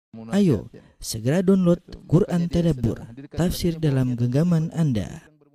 Ayo, segera download Quran Tadabbur, tafsir dalam genggaman Anda.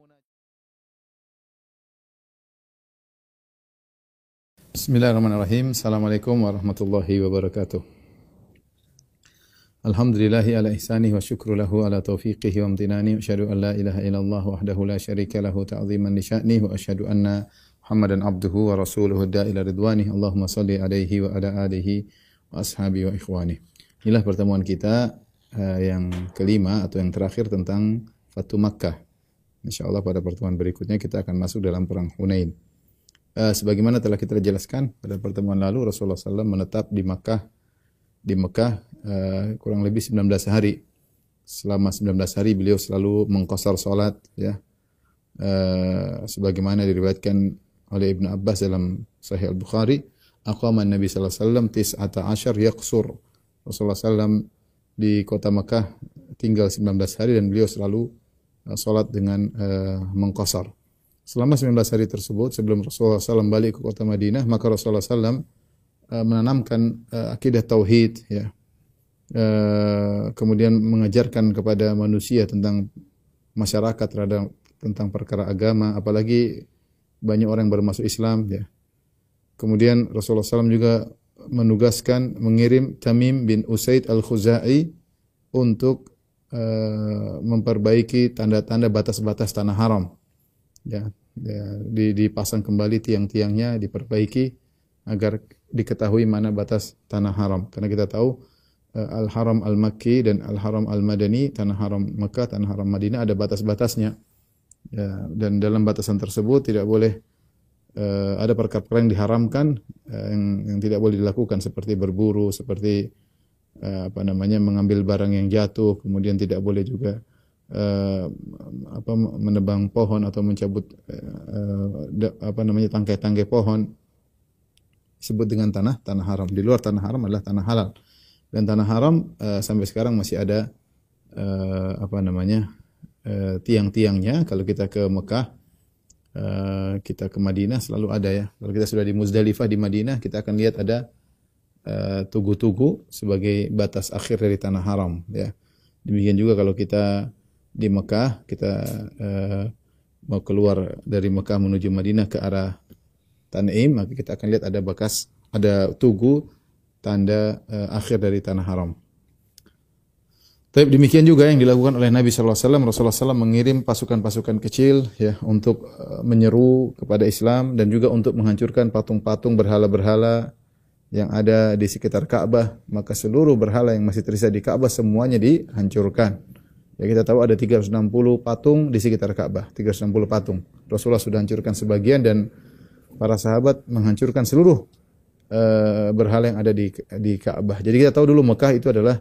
Bismillahirrahmanirrahim. Assalamualaikum warahmatullahi wabarakatuh. Alhamdulillahi ala ihsanihi wa syukru lahu ala taufiqihi wa amtinani. Asyhadu an la ilaha illallah wahdahu la syarika lahu ta'ziman li sya'nihi wa asyhadu anna Muhammadan abduhu wa rasuluhu da'ila ridwanihi. Allahumma salli alaihi wa ala alihi wa ashabihi wa ikhwani. Inilah pertemuan kita yang kelima atau yang terakhir tentang Fatu Makkah. Insyaallah pada pertemuan berikutnya kita akan masuk dalam perang Hunain. Sebagaimana telah kita jelaskan pada pertemuan lalu, Rasulullah SAW menetap di Mekah kurang lebih 19 hari. Selama 19 hari beliau selalu mengqasar salat, ya. Sebagaimana diriwayatkan oleh Ibnu Abbas dalam Sahih Al-Bukhari, aqama Nabi sallallahu alaihi wasallam 19 yaqsur. Rasulullah SAW di kota Mekah tinggal 19 hari dan beliau selalu salat dengan mengqasar. Selama 19 hari tersebut, sebelum Rasulullah SAW balik ke kota Madinah, maka Rasulullah SAW menanamkan akidah tauhid, ya. Kemudian mengajarkan kepada manusia tentang masyarakat terhadap tentang perkara agama, apalagi banyak orang yang baru masuk Islam, ya. Kemudian Rasulullah SAW juga mengirim Tamim bin Usaid al-Khuzai untuk memperbaiki tanda-tanda batas-batas tanah haram. Ya, dipasang kembali tiang-tiangnya, diperbaiki agar diketahui mana batas tanah haram. Karena kita tahu Al-Haram Al-Makki dan Al-Haram Al-Madani, tanah haram Mekah, tanah haram Madinah ada batas-batasnya. Ya, dan dalam batasan tersebut tidak boleh ada perkara-perkara yang diharamkan, yang tidak boleh dilakukan, seperti berburu, seperti mengambil barang yang jatuh, kemudian tidak boleh juga menebang pohon atau mencabut tangkai-tangkai pohon. Disebut dengan tanah haram. Di luar tanah haram adalah tanah halal. Dan tanah haram sampai sekarang masih ada tiang-tiangnya. Kalau kita ke Mekah, kita ke Madinah selalu ada, ya. Kalau kita sudah di Muzdalifah di Madinah, kita akan lihat ada tugu-tugu sebagai batas akhir dari tanah haram, ya. Demikian juga kalau kita di Mekah, kita mau keluar dari Mekah menuju Madinah ke arah Tan'im, maka kita akan lihat ada tugu tanda akhir dari tanah haram. Tapi demikian juga yang dilakukan oleh Nabi sallallahu alaihi wasallam. Rasulullah SAW mengirim pasukan-pasukan kecil, ya, untuk menyeru kepada Islam dan juga untuk menghancurkan patung-patung berhala-berhala yang ada di sekitar Ka'bah. Maka seluruh berhala yang masih tersisa di Ka'bah semuanya dihancurkan. Ya, kita tahu ada 360 patung di sekitar Ka'bah, 360 patung. Rasulullah sudah hancurkan sebagian dan para sahabat menghancurkan seluruh berhala yang ada di Ka'bah. Jadi kita tahu dulu Mekah itu adalah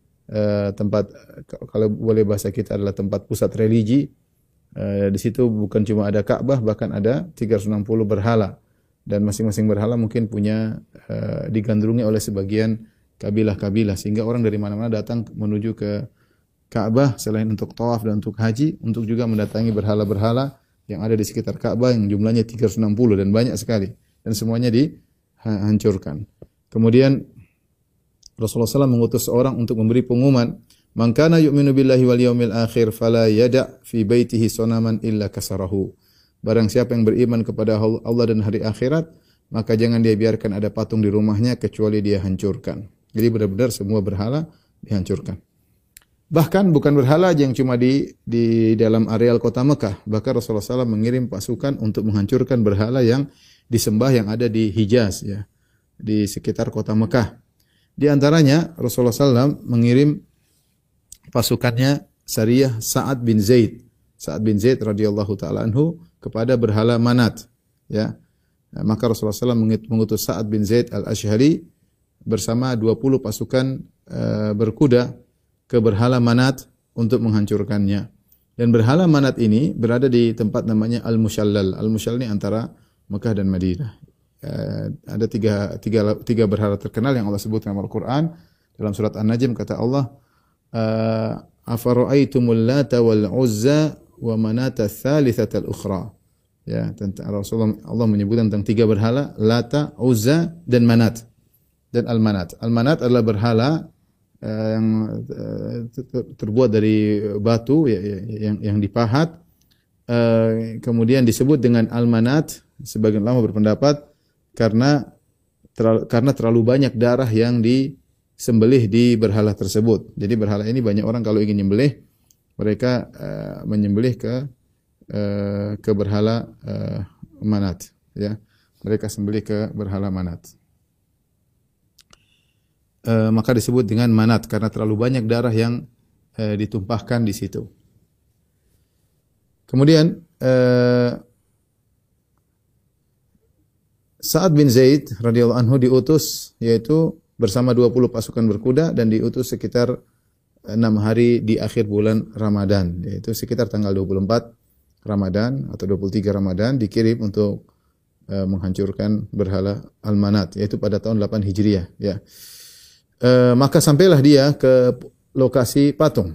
tempat, kalau boleh bahasa kita, adalah tempat pusat religi. Di situ bukan cuma ada Ka'bah, bahkan ada 360 berhala. Dan masing-masing berhala mungkin punya digandrungi oleh sebagian kabilah-kabilah, sehingga orang dari mana-mana datang menuju ke Ka'bah selain untuk tawaf dan untuk haji, untuk juga mendatangi berhala-berhala yang ada di sekitar Ka'bah yang jumlahnya 360 dan banyak sekali, dan semuanya dihancurkan. Kemudian Rasulullah SAW mengutus seorang untuk memberi pengumuman, "Man kana yu'minu billahi wal yaumil akhir fala yada' fi baitihi sonaman illa kasarahu." Barang siapa yang beriman kepada Allah dan hari akhirat, maka jangan dia biarkan ada patung di rumahnya kecuali dia hancurkan. Jadi benar-benar semua berhala dihancurkan. Bahkan bukan berhala yang cuma di dalam areal kota Mekah. Bahkan Rasulullah SAW mengirim pasukan untuk menghancurkan berhala yang disembah yang ada di Hijaz, ya, di sekitar kota Mekah. Di antaranya Rasulullah SAW mengirim pasukannya Sariyah Sa'ad bin Zaid radhiyallahu taala anhu kepada berhala Manat, ya. Maka Rasulullah SAW mengutus Sa'ad bin Zaid al-Ashhari bersama 20 pasukan berkuda ke berhala Manat untuk menghancurkannya. Dan berhala Manat ini berada di tempat namanya Al-Mushallal. Al-Mushallal ini antara Mekah dan Madinah. Ada tiga berhala terkenal yang Allah sebutkan dalam Al-Quran. Dalam surat An-Najm kata Allah, "Afara'aitumul Lata wal Uzza wa Manata tsalitsatal ukhra." Ya, tentang Rasulullah, Allah menyebutkan tentang tiga berhala, Lata, Uzza dan Manat. Dan Al-Manat. Al-Manat adalah berhala yang terbuat dari batu yang dipahat. Kemudian disebut dengan Al-Manat, sebagian ulama berpendapat karena terlalu banyak darah yang disembelih di berhala tersebut. Jadi berhala ini banyak orang kalau ingin nyembelih, mereka menyembelih ke berhala Manat, ya. Mereka sembelih ke berhala Manat. Maka disebut dengan Manat karena terlalu banyak darah yang ditumpahkan di situ. Kemudian Sa'ad bin Zaid radhiyallahu anhu diutus, yaitu bersama 20 pasukan berkuda, dan diutus sekitar 6 hari di akhir bulan Ramadan, yaitu sekitar tanggal 24 Ramadan atau 23 Ramadan, dikirim untuk menghancurkan berhala Al-Manat, yaitu pada tahun 8 Hijriah, ya. Maka sampailah dia ke lokasi patung.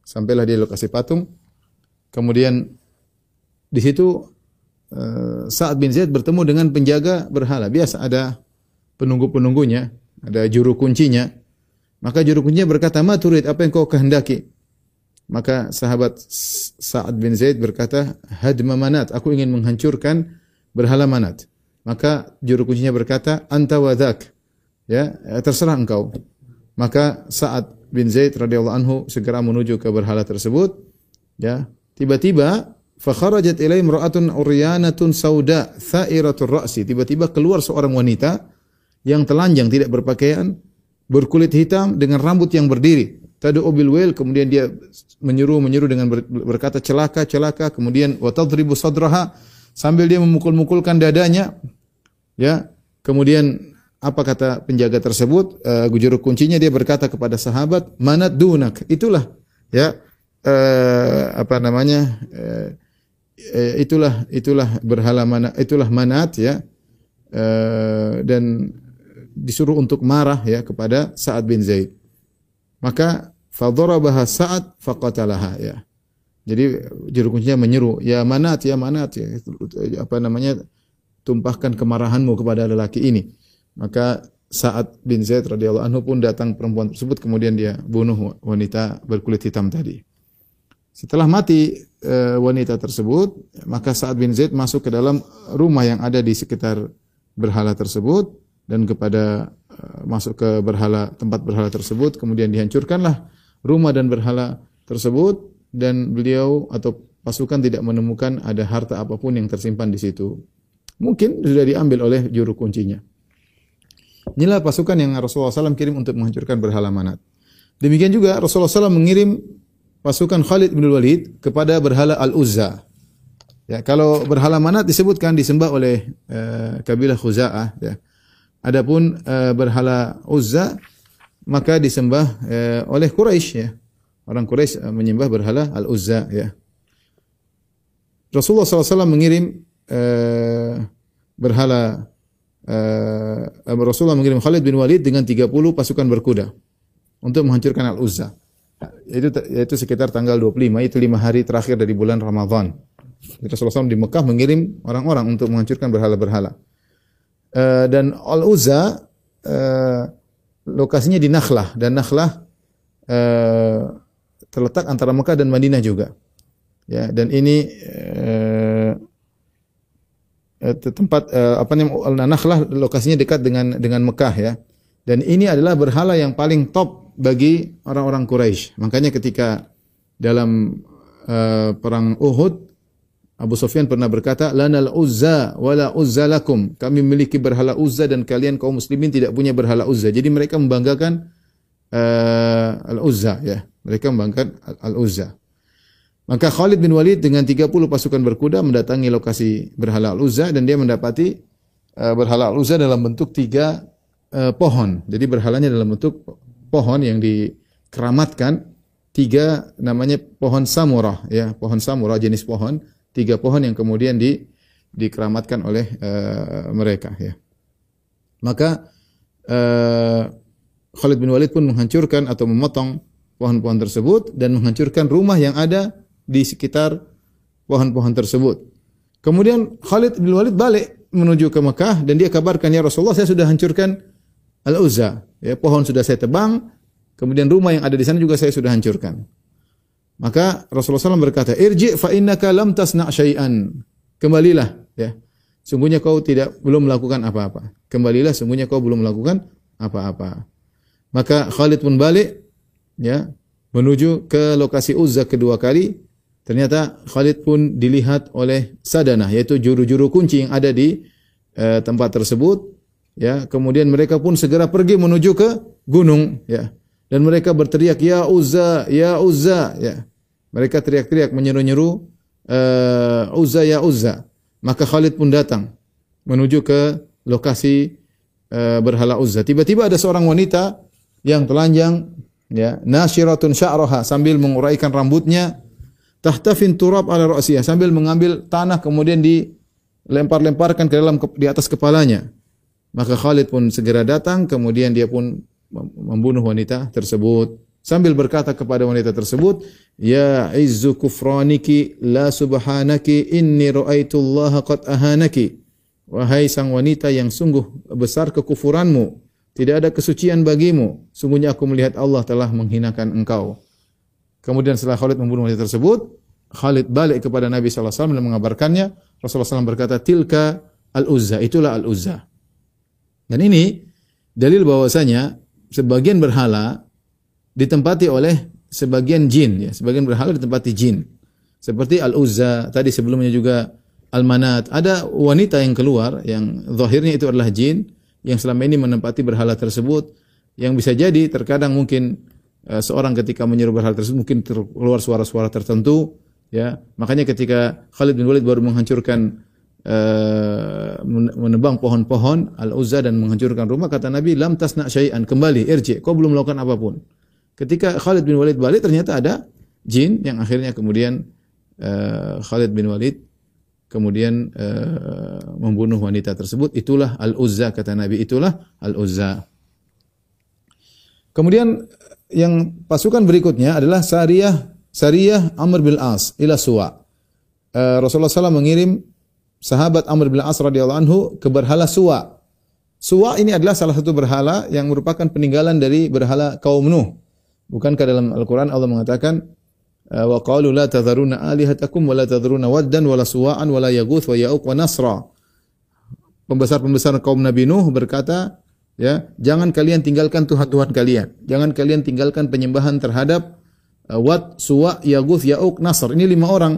Kemudian di situ Sa'ad bin Zaid bertemu dengan penjaga berhala. Biasa ada penunggu-penunggunya, ada juru kuncinya. Maka juru kuncinya berkata, "Ma turid, apa yang kau kehendaki?" Maka sahabat Sa'ad bin Zaid berkata, "Hadma Manat, aku ingin menghancurkan berhala Manat." Maka juru kuncinya berkata, "Anta wa dzak." Ya, terserah engkau. Maka Sa'ad bin Zaid radhiyallahu anhu segera menuju ke berhala tersebut. Ya, tiba-tiba fa kharajat ilaihi imra'atun uryanatun sauda tha'iratur ra'si. Tiba-tiba keluar seorang wanita yang telanjang, tidak berpakaian, berkulit hitam dengan rambut yang berdiri. Tad'u bil wail, kemudian dia menyeru dengan berkata celaka, celaka, kemudian wa tadribu sadraha, sambil dia memukul-mukulkan dadanya. Ya, kemudian apa kata penjaga tersebut? Juru kuncinya dia berkata kepada sahabat, "Manat dunak." Itulah, ya, itulah berhala Manat, itulah Manat, ya. Dan disuruh untuk marah, ya, kepada Sa'ad bin Zaid. Maka fadharabaha Sa'ad faqatalaha, ya. Jadi juru kuncinya menyeru, "Ya Manat, ya Manat, ya, tumpahkan kemarahanmu kepada lelaki ini." Maka Sa'ad bin Zaid radhiyallahu anhu pun datang perempuan tersebut, kemudian dia bunuh wanita berkulit hitam tadi. Setelah mati wanita tersebut, maka Sa'ad bin Zaid masuk ke dalam rumah yang ada di sekitar berhala tersebut, dan masuk ke tempat berhala tersebut, kemudian dihancurkanlah rumah dan berhala tersebut, dan beliau atau pasukan tidak menemukan ada harta apapun yang tersimpan di situ. Mungkin sudah diambil oleh juru kuncinya. Inilah pasukan yang Rasulullah SAW kirim untuk menghancurkan berhala Manat. Demikian juga Rasulullah SAW mengirim pasukan Khalid bin Walid kepada berhala Al-Uzza. Ya, kalau berhala Manat disebutkan disembah oleh kabilah Khuza'ah, ya. Adapun berhala Uzza maka disembah oleh Quraisy, ya. Orang Quraisy menyembah berhala Al-Uzza, ya. Rasulullah SAW mengirim Rasulullah mengirim Khalid bin Walid dengan 30 pasukan berkuda untuk menghancurkan Al-Uzza. Yaitu sekitar tanggal 25, itu 5 hari terakhir dari bulan Ramadan. Rasulullah SAW di Mekah mengirim orang-orang untuk menghancurkan berhala-berhala. Dan Al-Uzza lokasinya di Nakhlah, dan Nakhlah terletak antara Mekah dan Madinah juga. Ya, dan ini tempat Nakhlah lokasinya dekat dengan Mekah, ya. Dan ini adalah berhala yang paling top bagi orang-orang Quraisy. Makanya ketika dalam perang Uhud, Abu Sufyan pernah berkata, "Lanal Uzza wala Uzza lakum." Kami memiliki berhala Uzza dan kalian kaum muslimin tidak punya berhala Uzza. Jadi mereka membanggakan Al-Uzza, ya. Mereka membanggakan Al-Uzza. Maka Khalid bin Walid dengan 30 pasukan berkuda mendatangi lokasi berhala Al-Uzza, dan dia mendapati berhala Al-Uzza dalam bentuk 3 pohon. Jadi berhalanya dalam bentuk pohon yang dikeramatkan, 3 namanya pohon samurah, ya, pohon samurah jenis pohon, 3 pohon yang kemudian dikeramatkan oleh mereka, ya. Maka Khalid bin Walid pun menghancurkan atau memotong pohon-pohon tersebut dan menghancurkan rumah yang ada di sekitar pohon-pohon tersebut. Kemudian Khalid bin Walid balik menuju ke Mekah, dan dia kabarkan, "Ya Rasulullah, saya sudah hancurkan Al-Uzza, ya, pohon sudah saya tebang, kemudian rumah yang ada di sana juga saya sudah hancurkan. Maka Rasulullah SAW berkata, irji' fa innaka lam tasna' syai'an. Kembalilah, ya. Sungguhnya kau belum melakukan apa-apa. Kembalilah, sungguhnya kau belum melakukan apa-apa. Maka Khalid pun balik, ya, menuju ke lokasi Uzza kedua kali. Ternyata Khalid pun dilihat oleh Sadanah, yaitu juru-juru kunci yang ada di tempat tersebut. Ya, kemudian mereka pun segera pergi menuju ke gunung, ya. Dan mereka berteriak, ya Uzza, ya Uzza, ya. Mereka teriak-teriak menyeru-nyeru, Uzza, ya Uzza. Maka Khalid pun datang menuju ke lokasi berhala Uzza. Tiba-tiba ada seorang wanita yang telanjang, ya, nasyiratun sya'raha, sambil menguraikan rambutnya, tahtafin turab ala ra'siyah, sambil mengambil tanah kemudian dilempar-lemparkan ke dalam di atas kepalanya. Maka Khalid pun segera datang, kemudian dia pun membunuh wanita tersebut sambil berkata kepada wanita tersebut, ya izzu kufraniki la subhanaki inni ra'aitullaha qad ahanaki. Wahai sang wanita yang sungguh besar kekufuranmu, tidak ada kesucian bagimu, sungguhnya aku melihat Allah telah menghinakan engkau. Kemudian setelah Khalid membunuh wanita tersebut, Khalid balik kepada Nabi sallallahu alaihi wasallam dan mengabarkannya. Rasulullah SAW berkata, tilka al-Uzza, itulah al-Uzza. Dan ini dalil bahwasanya sebagian berhala ditempati oleh sebagian jin, ya, sebagian berhala ditempati jin. Seperti Al-Uzza, tadi sebelumnya juga Al-Manat. Ada wanita yang keluar yang zahirnya itu adalah jin yang selama ini menempati berhala tersebut, yang bisa jadi terkadang mungkin seorang ketika menyeru berhala tersebut mungkin keluar suara-suara tertentu, ya. Makanya ketika Khalid bin Walid baru menghancurkan menebang pohon-pohon Al-Uzza dan menghancurkan rumah, kata Nabi, lam tasna' syai'an, kembali, irji', kau belum melakukan apapun. Ketika Khalid bin Walid balik, ternyata ada jin yang akhirnya kemudian Khalid bin Walid kemudian membunuh wanita tersebut. Itulah Al-Uzza, kata Nabi, itulah Al-Uzza. Kemudian yang pasukan berikutnya adalah Sariyah Amr bin As ila Suwa. Rasulullah SAW mengirim sahabat Amr bin As radhiyallahu anhu ke berhala Suwa. Suwa ini adalah salah satu berhala yang merupakan peninggalan dari berhala kaum Nuh. Bukankah dalam Al-Quran Allah mengatakan, wa qalu la tadharuna alihatakum wa la tadharuna waddan wa la suwa'an wa la yaguth wa ya'uq wa nasra. Pembesar-pembesar kaum Nabi Nuh berkata, ya, jangan kalian tinggalkan Tuhan-Tuhan kalian. Jangan kalian tinggalkan penyembahan terhadap Wad, Suwa, Yaguth, Ya'uq, Nasr. Ini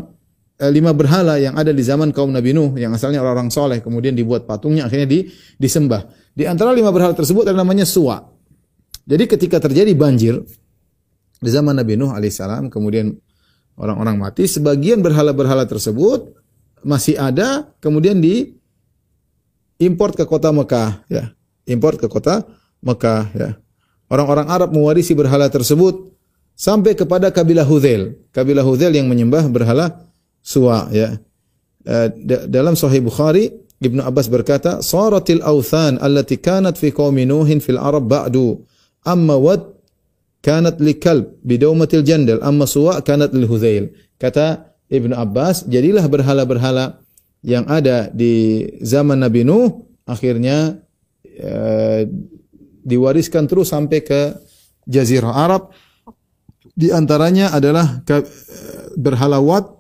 5 berhala yang ada di zaman kaum Nabi Nuh yang asalnya orang-orang soleh, kemudian dibuat patungnya, akhirnya disembah. Di antara 5 berhala tersebut ada namanya Suwa. Jadi ketika terjadi banjir di zaman Nabi Nuh alaihissalam, kemudian orang-orang mati, sebagian berhala-berhala tersebut masih ada, kemudian diimport ke kota Mekah, ya. Import ke kota Mekah, ya. Orang-orang Arab mewarisi berhala tersebut sampai kepada kabilah Hudzail. Kabilah Hudzail yang menyembah berhala Suwa, ya. Dalam Sahih Bukhari, Ibnu Abbas berkata, "Saratil awthan allati kanat fi qaumi Nuhin fil Arab ba'du, amma Wad kanat li kalb bidaumatil jandal, amma Suwa kanat lil Hudzail." Kata Ibnu Abbas, jadilah berhala-berhala yang ada di zaman Nabi Nuh akhirnya diwariskan terus sampai ke Jazirah Arab. Di antaranya adalah berhala Wad.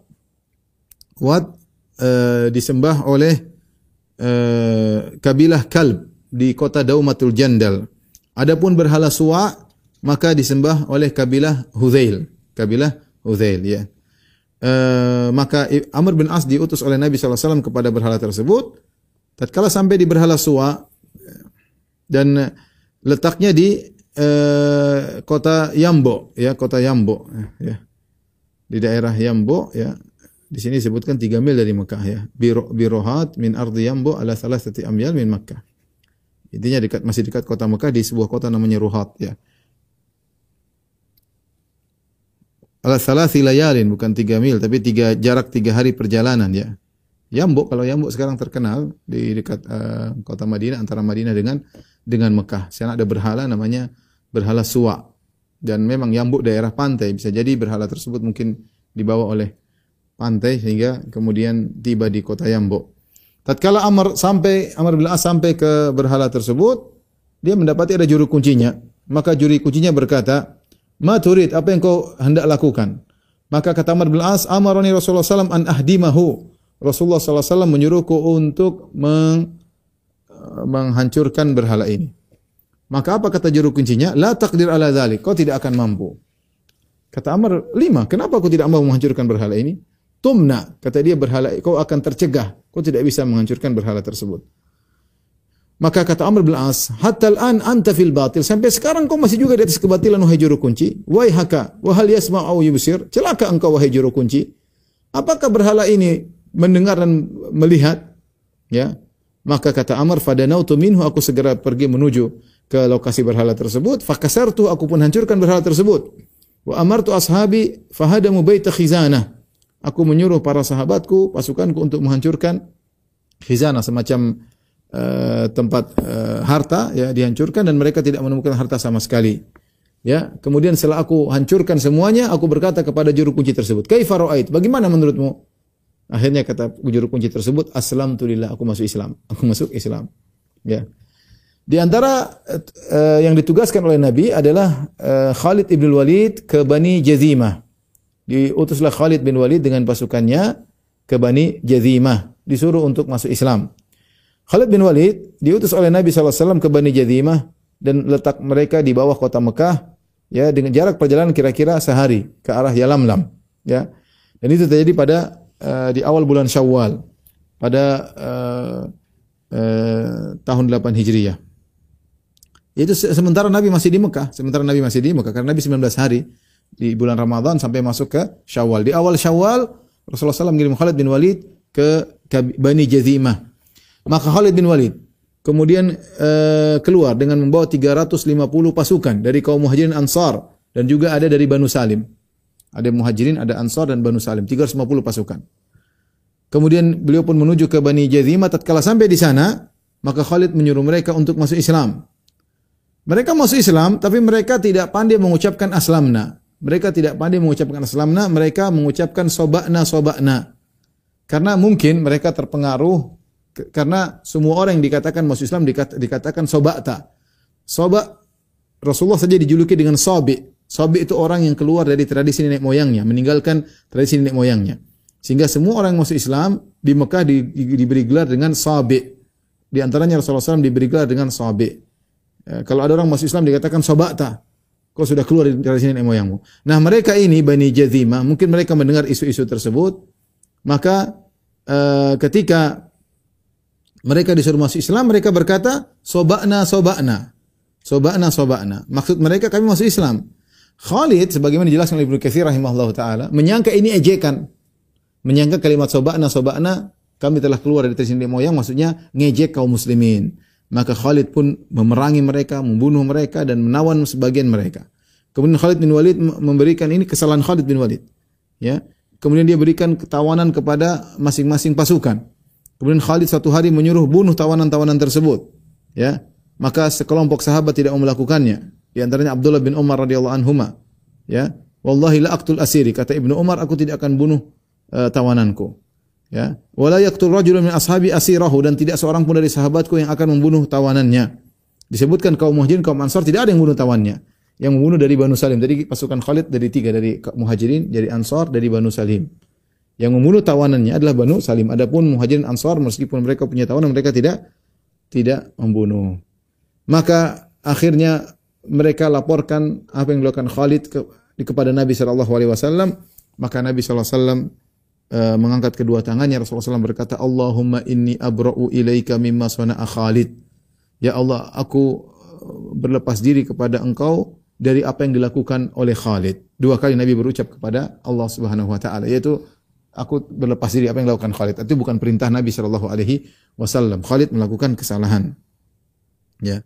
Wad disembah oleh kabilah Kalb di kota Daumatul Jandal. Adapun berhala Suwa maka disembah oleh kabilah Hudzail. Kabilah Hudzail, ya. Maka Amr bin As diutus oleh Nabi SAW kepada berhala tersebut. Tatkala sampai di berhala Suwa dan letaknya di kota Yambo, ya, kota Yambo, ya. Di daerah Yambo, ya. Di sini disebutkan 3 mil dari Mekah, ya. Birohat min ardi Yambo ala thalathati amyal min Makkah. Intinya masih dekat kota Mekah, di sebuah kota namanya Ruhat, ya. Ala thalathi layalin, bukan 3 mil, tapi jarak 3 hari perjalanan, ya. Yambo, kalau Yambo sekarang terkenal di dekat kota Madinah, antara Madinah dengan Mekah. Sana ada berhala namanya berhala Suwa. Dan memang Yambo daerah pantai, bisa jadi berhala tersebut mungkin dibawa oleh pantai sehingga kemudian tiba di kota Yambo. Tatkala Amr bin As sampai ke berhala tersebut, dia mendapati ada juru kuncinya. Maka juri kuncinya berkata, "Ma turid, apa yang kau hendak lakukan?" Maka kata Amr bin As, "Amarani Rasulullah SAW an ahdimahu." Rasulullah SAW menyuruhku untuk menghancurkan berhala ini. Maka apa kata juru kuncinya? La taqdir ala dzalik, kau tidak akan mampu. Kata Amr, 5, kenapa aku tidak mau menghancurkan berhala ini? Tumna, kata dia, berhala kau akan tercegah, kau tidak bisa menghancurkan berhala tersebut. Maka kata Amr bin As, hatta al-an anta fil batil, sampai sekarang kau masih juga di atas kebatilan wahai juru kunci. Waihaka, wa hal yasma'u yubsir, celaka engkau wahai juru kunci. Apakah berhala ini mendengar dan melihat? Ya. Maka kata Amr, fadanautu minhu, aku segera pergi menuju ke lokasi berhala tersebut, fakasartu, aku pun hancurkan berhala tersebut. Wa amartu ashabi fahadamu baita khizanah. Aku menyuruh para sahabatku, pasukanku untuk menghancurkan khizanah, semacam tempat harta, ya, dihancurkan dan mereka tidak menemukan harta sama sekali. Ya, kemudian setelah aku hancurkan semuanya, aku berkata kepada juru kunci tersebut, "Kaifa ra'ait? Bagaimana menurutmu?" Akhirnya kata juru kunci tersebut, "Aslamtu lillah, aku masuk Islam." Aku masuk Islam. Ya. Di antara yang ditugaskan oleh Nabi adalah Khalid ibn Walid ke Bani Jazimah. Diutuslah Khalid bin Walid dengan pasukannya ke Bani Jazimah, disuruh untuk masuk Islam. Khalid bin Walid diutus oleh Nabi SAW ke Bani Jazimah dan letak mereka di bawah kota Mekah, ya, dengan jarak perjalanan kira-kira sehari ke arah Yalamlam, ya. Dan itu terjadi pada di awal bulan Syawal pada tahun 8 Hijriah. Itu sementara Nabi masih di Mekah, karena Nabi 19 hari di bulan Ramadan sampai masuk ke Syawal. Di awal Syawal Rasulullah SAW mengirim Khalid bin Walid ke Bani Jazimah. Maka Khalid bin Walid kemudian keluar dengan membawa 350 pasukan dari kaum Muhajirin Ansar dan juga ada dari Banu Salim. Ada Muhajirin, ada Ansar dan Banu Salim, 350 pasukan. Kemudian beliau pun menuju ke Bani Jazimah. Tatkala sampai di sana, maka Khalid menyuruh mereka untuk masuk Islam. Mereka masuk Islam, tapi mereka tidak pandai mengucapkan aslamna. Mereka mengucapkan soba'na. Karena mungkin mereka terpengaruh, karena semua orang yang dikatakan masuk Islam dikatakan soba'ta. Soba' Rasulullah saja dijuluki dengan sobi'. Sobi' itu orang yang keluar dari tradisi nenek moyangnya, meninggalkan tradisi nenek moyangnya. Sehingga semua orang yang masuk Islam di Mekah diberi gelar dengan sobi'. Di antaranya Rasulullah SAW diberi gelar dengan sobi'. Kalau ada orang masuk Islam dikatakan soba'ta, kau sudah keluar dari tradisi nenek moyangmu. Nah, mereka ini Bani Jazimah, mungkin mereka mendengar isu-isu tersebut, maka ketika mereka disuruh masuk Islam, mereka berkata soba'na. Maksud mereka kami masuk Islam. Khalid sebagaimana dijelaskan oleh Ibnu Katsir rahimahullah taala menyangka ini ejekan. Menyangka kalimat soba'na kami telah keluar dari tradisi nenek moyang, maksudnya ngejek kaum muslimin. Maka Khalid pun memerangi mereka, membunuh mereka dan menawan sebagian mereka. Kemudian Khalid bin Walid memberikan, ini kesalahan Khalid bin Walid. Ya. Kemudian dia berikan tawanan kepada masing-masing pasukan. Kemudian Khalid suatu hari menyuruh bunuh tawanan-tawanan tersebut. Ya. Maka sekelompok sahabat tidak melakukannya. Di antaranya Abdullah bin Umar radhiyallahu anhuma. Ya. Wallahi la aqtul asiri, kata Ibnu Umar, aku tidak akan bunuh tawananku. Ya, wala yaqtul rajulun min ashabi asirahu, dan tidak seorang pun dari sahabatku yang akan membunuh tawanannya. Disebutkan kaum Muhajirin, kaum Ansar tidak ada yang membunuh tawannya. Yang membunuh dari Banu Salim. Jadi pasukan Khalid dari 3, dari Muhajirin, dari Ansar, dari Banu Salim. Yang membunuh tawanannya adalah Banu Salim. Adapun Muhajirin Ansar meskipun mereka punya tawanan, mereka tidak membunuh. Maka akhirnya mereka laporkan apa yang dilakukan Khalid kepada Nabi sallallahu alaihi wasallam. Maka Nabi sallallahu alaihi wasallam mengangkat kedua tangannya. Rasulullah SAW berkata, Allahumma inni abra'u ilaika mimma sana'a Khalid. Ya Allah, aku berlepas diri kepada engkau dari apa yang dilakukan oleh Khalid. 2 kali Nabi berucap kepada Allah Subhanahu wa taala, yaitu aku berlepas diri apa yang dilakukan Khalid. Itu bukan perintah Nabi sallallahu alaihi wasallam. Khalid melakukan kesalahan. Ya.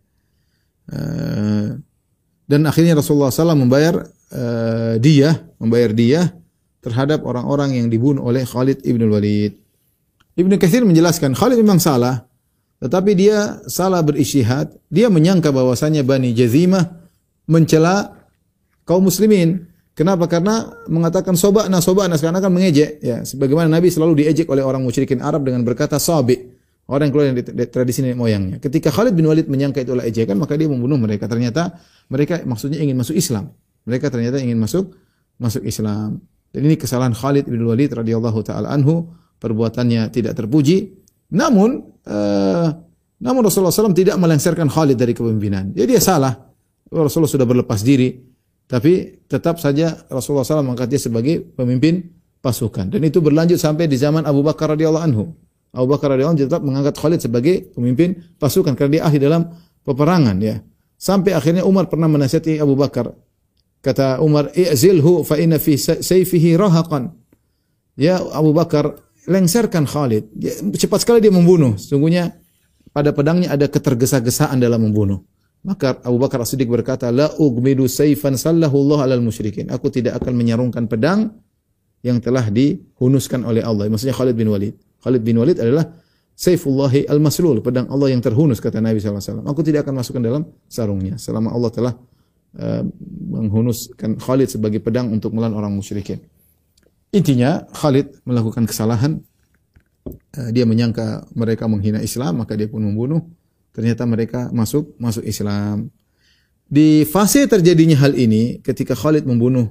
Dan akhirnya Rasulullah SAW membayar diyah terhadap orang-orang yang dibunuh oleh Khalid ibn Walid. Ibnu Katsir menjelaskan Khalid memang salah, tetapi dia salah berijtihad. Dia menyangka bahwasanya Bani Jazimah mencela kaum muslimin. Kenapa? Karena mengatakan soba'na, sekarang akan mengejek. Ya, sebagaimana Nabi selalu diejek oleh orang musyrikin Arab dengan berkata sabi. Orang yang keluar dari tradisi nenek moyangnya. Ketika Khalid bin Walid menyangka itu adalah ejekan, maka dia membunuh mereka. Ternyata mereka maksudnya ingin masuk Islam. Mereka ternyata ingin masuk Islam. Dan ini kesalahan Khalid bin Walid radhiyallahu taala anhu, perbuatannya tidak terpuji. Namun Rasulullah SAW tidak melengsarkan Khalid dari kepemimpinan. Jadi dia salah. Rasulullah sudah berlepas diri, tapi tetap saja Rasulullah SAW mengangkat dia sebagai pemimpin pasukan. Dan itu berlanjut sampai di zaman Abu Bakar radhiyallahu anhu. Abu Bakar radhiyallahu anhu tetap mengangkat Khalid sebagai pemimpin pasukan karena dia ahli dalam peperangan, ya. Sampai akhirnya Umar pernah menasihati Abu Bakar. Kata Umar, "I'zilhu fa inna fi sayfihi rahaqan." Ya Abu Bakar, lengsarkan Khalid. Cepat sekali dia membunuh. Sungguhnya pada pedangnya ada ketergesa-gesaan dalam membunuh. Maka Abu Bakar As-Siddiq berkata, "La ugmidu sayfan sallahu Allah 'alal musyrikin." Aku tidak akan menyarungkan pedang yang telah dihunuskan oleh Allah. Maksudnya Khalid bin Walid. Khalid bin Walid adalah Saifullahi al-Maslul, pedang Allah yang terhunus, kata Nabi SAW. Aku tidak akan masukkan dalam sarungnya selama Allah telah menghunuskan Khalid sebagai pedang untuk melawan orang musyrikin. Intinya Khalid melakukan kesalahan. Dia menyangka mereka menghina Islam, maka dia pun membunuh. Ternyata mereka masuk Islam. Di fase terjadinya hal ini, ketika Khalid membunuh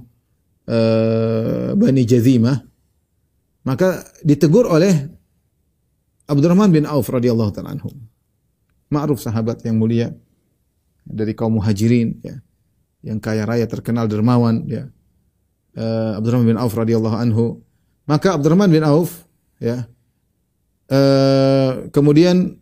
Bani Jazimah, maka ditegur oleh Abdurrahman bin Auf radhiyallahu ta'ala anhu. Ma'ruf, sahabat yang mulia dari kaum Muhajirin, ya, yang kaya raya, terkenal dermawan, ya. Abdurrahman bin Auf radhiyallahu anhu. Maka Abdurrahman bin Auf, ya, kemudian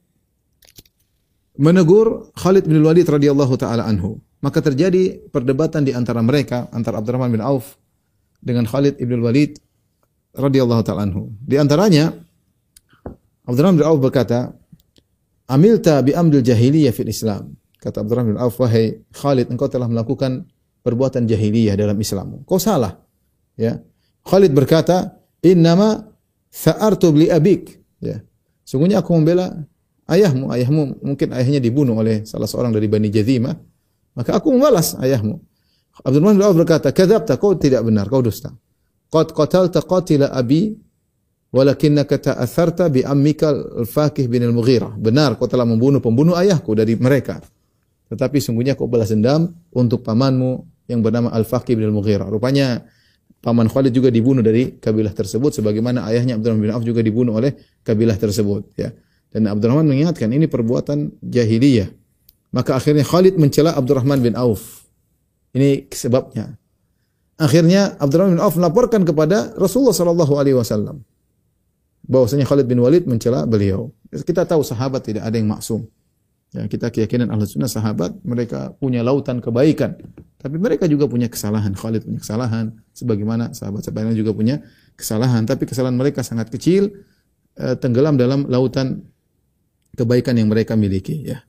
menegur Khalid bin Walid radhiyallahu ta'ala anhu. Maka terjadi perdebatan di antara mereka, antara Abdurrahman bin Auf dengan Khalid bin Walid radhiyallahu ta'ala anhu. Di antaranya Abdurrahman bin Auf berkata, "Amilta bi amril jahiliyah fil Islam." Kata Abdurrahman bin Auf, "Wahai Khalid, engkau telah melakukan perbuatan jahiliyah dalam Islam. Kau salah." Ya. Khalid berkata, "Innama sa'artu li abik." Ya. Sungguhnya aku membela ayahmu. Ayahmu mungkin ayahnya dibunuh oleh salah seorang dari Bani Jazimah, maka aku membalas ayahmu. Abdurrahman bin Auf berkata, "Kadzabta, kau tidak benar, kau dusta. Qad qatalta qatila abi walakinnaka ta'atharta bi ammika al-Fakih bin al-Mughirah." Benar, kau telah membunuh pembunuh ayahku dari mereka. Tetapi sungguhnya kau balas dendam untuk pamanmu yang bernama Al-Fakih bin al-Mughirah. Rupanya paman Khalid juga dibunuh dari kabilah tersebut, sebagaimana ayahnya Abdurrahman bin Auf juga dibunuh oleh kabilah tersebut, ya. Dan Abdurrahman mengingatkan ini perbuatan jahiliyah. Maka akhirnya Khalid mencela Abdurrahman bin Auf. Ini sebabnya. Akhirnya Abdurrahman bin Auf melaporkan kepada Rasulullah sallallahu alaihi wasallam bahwasanya Khalid bin Walid mencela beliau. Kita tahu sahabat tidak ada yang maksum. Ya, kita keyakinan Ahlus Sunnah, sahabat mereka punya lautan kebaikan, tapi mereka juga punya kesalahan. Khalid punya kesalahan, sebagaimana sahabat-sahabat lain juga punya kesalahan, tapi kesalahan mereka sangat kecil, tenggelam dalam lautan kebaikan yang mereka miliki, ya.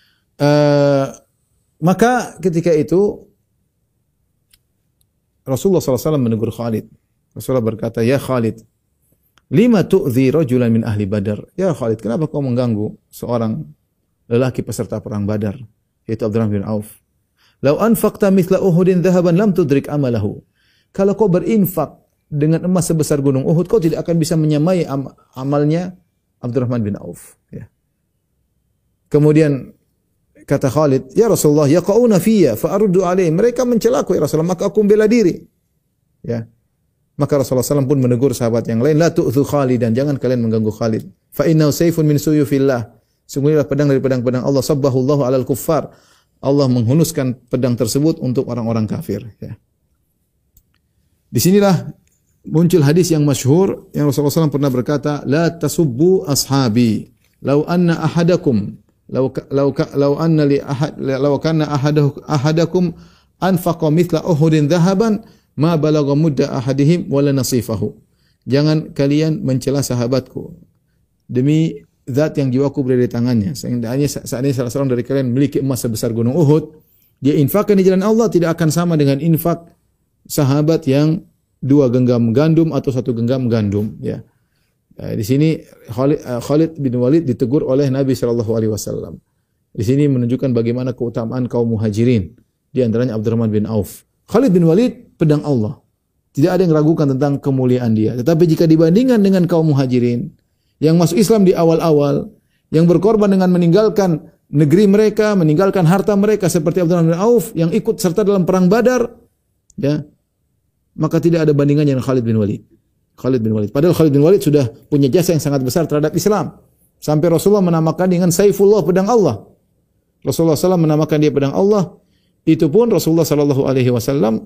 Maka ketika itu Rasulullah SAW menegur Khalid. Rasulullah berkata, "Ya Khalid, lima tu'zi rajulan min ahli Badar." Ya Khalid, kenapa kau mengganggu seorang lelaki peserta perang Badar, yaitu Abdurrahman bin Auf. "Lau anfaqta mithla Uhudin dhahaban lam tudrik amalahu." Kalau kau berinfak dengan emas sebesar gunung Uhud, kau tidak akan bisa menyamai amalnya Abdurrahman bin Auf, ya. Kemudian kata Khalid, "Ya Rasulullah, yaqauna fiyya fa aruddu alaihim." Mereka mencelaku ya Rasulullah, maka aku bela diri. Ya. Maka Rasulullah SAW pun menegur sahabat yang lain, "La tu'dhu Khalidan." Jangan kalian mengganggu Khalid. "Fa innahu sayfun min suyufillah." Sungguhnya pedang dari pedang-pedang Allah, sabbahullahu alal kuffar. Allah menghunuskan pedang tersebut untuk orang-orang kafir, ya. Di sinilah muncul hadis yang masyhur yang Rasulullah SAW pernah berkata, "La tasubbu ashabi. Law anna ahadakum law anna li ahad law kana ahadakum anfaqa mithla Uhudin dhahaban ma balagha mudda ahadihim wala nasifahu." Jangan kalian mencela sahabatku. Demi zat yang jiwaku berada di tangannya. Seandainya salah seorang dari kalian memiliki emas sebesar gunung Uhud, dia infakkan di jalan Allah, tidak akan sama dengan infak sahabat yang 2 genggam gandum atau 1 genggam gandum, ya. Di sini Khalid bin Walid ditegur oleh Nabi sallallahu alaihi wasallam. Di sini menunjukkan bagaimana keutamaan kaum Muhajirin, di antaranya Abdurrahman bin Auf. Khalid bin Walid pedang Allah. Tidak ada yang ragukan tentang kemuliaan dia. Tetapi jika dibandingkan dengan kaum Muhajirin yang masuk Islam di awal-awal, yang berkorban dengan meninggalkan negeri mereka, meninggalkan harta mereka seperti Abdurrahman bin Auf yang ikut serta dalam perang Badar, ya, maka tidak ada bandingannya dengan Khalid bin Walid. Khalid bin Walid. Padahal Khalid bin Walid sudah punya jasa yang sangat besar terhadap Islam. Sampai Rasulullah menamakan dengan Saifullah, pedang Allah. Rasulullah SAW menamakan dia pedang Allah. Itu pun Rasulullah SAW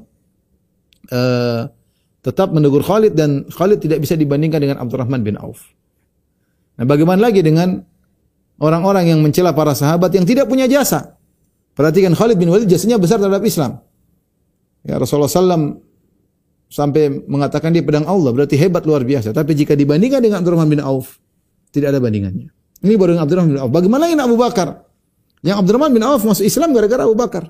tetap menegur Khalid dan Khalid tidak bisa dibandingkan dengan Abdurrahman bin Auf. Nah, bagaimana lagi dengan orang-orang yang mencela para sahabat yang tidak punya jasa? Perhatikan Khalid bin Walid jasanya besar terhadap Islam. Ya, Rasulullah SAW sampai mengatakan dia pedang Allah, berarti hebat luar biasa. Tapi jika dibandingkan dengan Abdurrahman bin Auf, tidak ada bandingannya. Ini baru dengan Abdurrahman bin Auf. Bagaimana dengan Abu Bakar? Yang Abdurrahman bin Auf masuk Islam gara-gara Abu Bakar.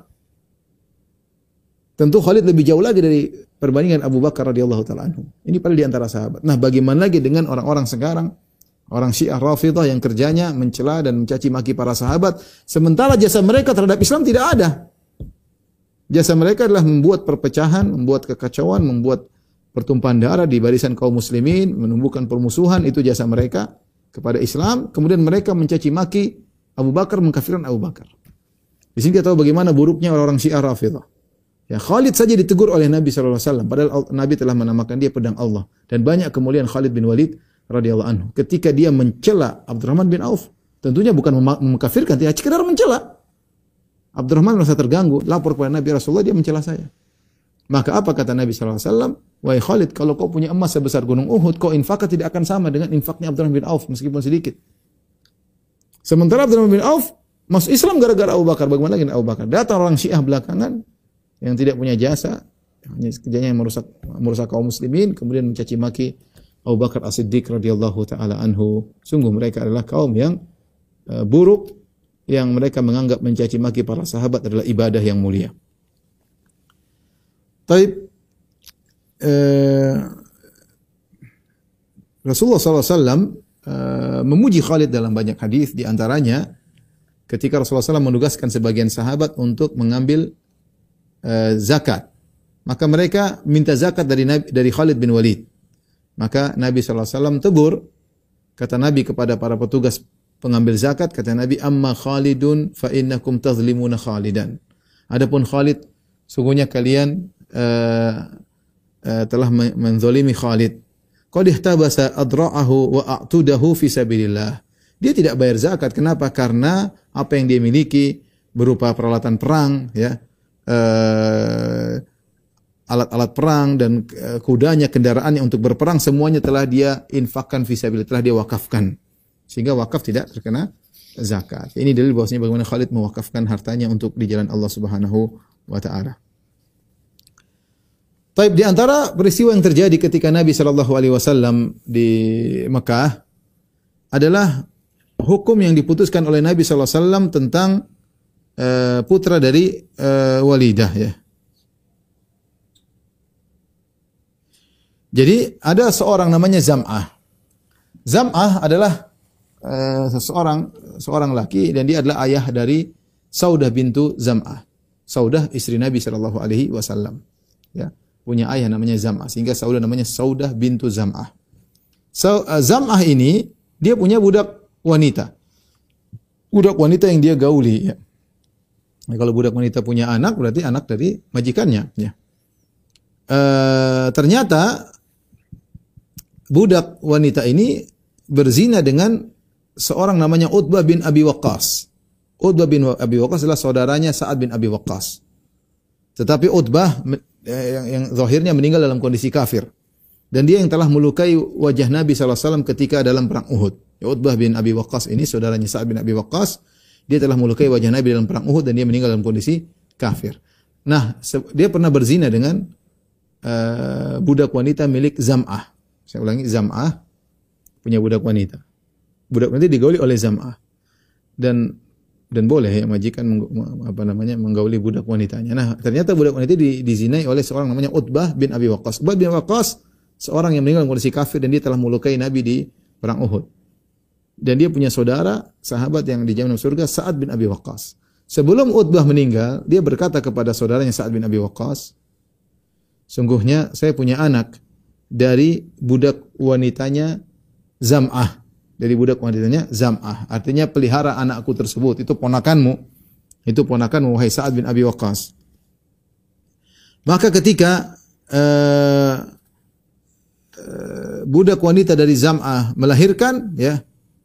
Tentu Khalid lebih jauh lagi dari perbandingan Abu Bakar radhiyallahu taala anhu. Ini pada di antara sahabat. Nah, bagaimana lagi dengan orang-orang sekarang? Orang Syiah Rafidhah yang kerjanya mencela dan mencaci maki para sahabat, sementara jasa mereka terhadap Islam tidak ada. Jasa mereka adalah membuat perpecahan, membuat kekacauan, membuat pertumpahan darah di barisan kaum muslimin, menumbuhkan permusuhan, itu jasa mereka kepada Islam. Kemudian mereka mencaci maki Abu Bakar, mengkafirkan Abu Bakar. Di sini kita tahu bagaimana buruknya orang-orang Syiah Rafidhah. Ya, Khalid saja ditegur oleh Nabi SAW, padahal Nabi telah menamakan dia pedang Allah. Dan banyak kemuliaan Khalid bin Walid radhiyallahu anhu. Ketika dia mencela Abdurrahman bin Auf, tentunya bukan mengkafirkan, tidak sekedar mencela. Abdurrahman merasa terganggu, lapor kepada Nabi, Rasulullah dia mencela saya. Maka apa kata Nabi SAW? Wahai Khalid, kalau kau punya emas sebesar gunung Uhud, kau infaknya tidak akan sama dengan infaknya Abdurrahman bin Auf, meskipun sedikit. Sementara Abdurrahman bin Auf masuk Islam gara-gara Abu Bakar. Bagaimana lagi Abu Bakar? Datang orang Syiah belakangan yang tidak punya jasa, hanya kerjanya yang merusak kaum muslimin, kemudian mencaci maki Abu Bakar As-Siddiq radhiyallahu taala anhu. Sungguh mereka adalah kaum yang buruk, yang mereka menganggap mencaci maki para sahabat adalah ibadah yang mulia. Taib, Rasulullah SAW memuji Khalid dalam banyak hadis, di antaranya ketika Rasulullah SAW menugaskan sebagian sahabat untuk mengambil zakat, maka mereka minta zakat dari Khalid bin Walid. Maka Nabi SAW tegur, kata Nabi kepada para petugas pengambil zakat, kata Nabi, amma Khalidun fa innakum tazlimuna Khalidan. Adapun Khalid, sungguhnya kalian telah menzalimi Khalid. Qad ihtabasa adra'ahu wa a'tudahu fi sabilillah. Dia tidak bayar zakat. Kenapa? Karena apa yang dia miliki berupa peralatan perang, ya, alat-alat perang dan kudanya, kendaraannya untuk berperang, semuanya telah dia infakkan fi sabilillah, telah dia wakafkan. Sehingga wakaf tidak terkena zakat. Ini dalil bahwasanya bagaimana Khalid mewakafkan hartanya untuk di jalan Allah Subhanahu wa taala. Taib, di antara peristiwa yang terjadi ketika Nabi SAW di Mekah adalah hukum yang diputuskan oleh Nabi SAW tentang putra dari Walidah, ya. Jadi ada seorang namanya Zam'ah. Zam'ah adalah seorang laki dan dia adalah ayah dari Saudah bintu Zam'ah. Saudah istri Nabi SAW. Ya, punya ayah namanya Zam'ah, sehingga Saudah namanya Saudah bintu Zam'ah. Zam'ah ini dia punya budak wanita. Budak wanita yang dia gauli, ya. Nah, kalau budak wanita punya anak, berarti anak dari majikannya, ya. Ternyata budak wanita ini berzina dengan seorang namanya Utbah bin Abi Waqqas. Utbah bin Abi Waqqas adalah saudaranya Sa'ad bin Abi Waqqas. Tetapi Utbah yang zahirnya meninggal dalam kondisi kafir. Dan dia yang telah melukai wajah Nabi SAW ketika dalam perang Uhud. Utbah bin Abi Waqqas ini saudaranya Sa'ad bin Abi Waqqas. Dia telah melukai wajah Nabi dalam perang Uhud dan dia meninggal dalam kondisi kafir. Nah, dia pernah berzina dengan budak wanita milik Zam'ah. Saya ulangi, Zam'ah punya budak wanita. Budak wanita digauli oleh Zam'ah. Dan boleh ya majikan menggauli budak wanitanya. Nah, ternyata budak wanita dizinai oleh seorang namanya Utbah bin Abi Waqqas. Utbah bin Waqqas seorang yang meninggal dalam kondisi kafir dan dia telah melukai Nabi di perang Uhud. Dan dia punya saudara, sahabat yang dijamin surga, Sa'ad bin Abi Waqqas. Sebelum Utbah meninggal, dia berkata kepada saudaranya Sa'ad bin Abi Waqqas, sungguhnya saya punya anak dari budak wanitanya Zam'ah. dari budak wanitanya Zam'ah. Artinya pelihara anakku tersebut, itu ponakanmu. Itu ponakanmu wahai Sa'ad bin Abi Waqqas. Maka ketika budak wanita dari Zam'ah melahirkan, ya,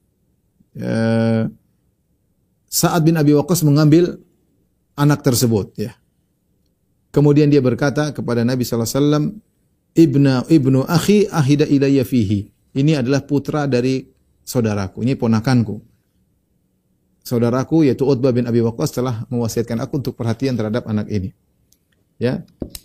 Sa'ad bin Abi Waqqas mengambil anak tersebut, ya. Kemudian dia berkata kepada Nabi sallallahu alaihi wasallam, ibnu akhi ahida ilayya fihi. Ini adalah putra dari saudaraku, ini ponakanku. Saudaraku yaitu Utbah bin Abi Waqqas telah mewasiatkan aku untuk perhatian terhadap anak ini. Ya.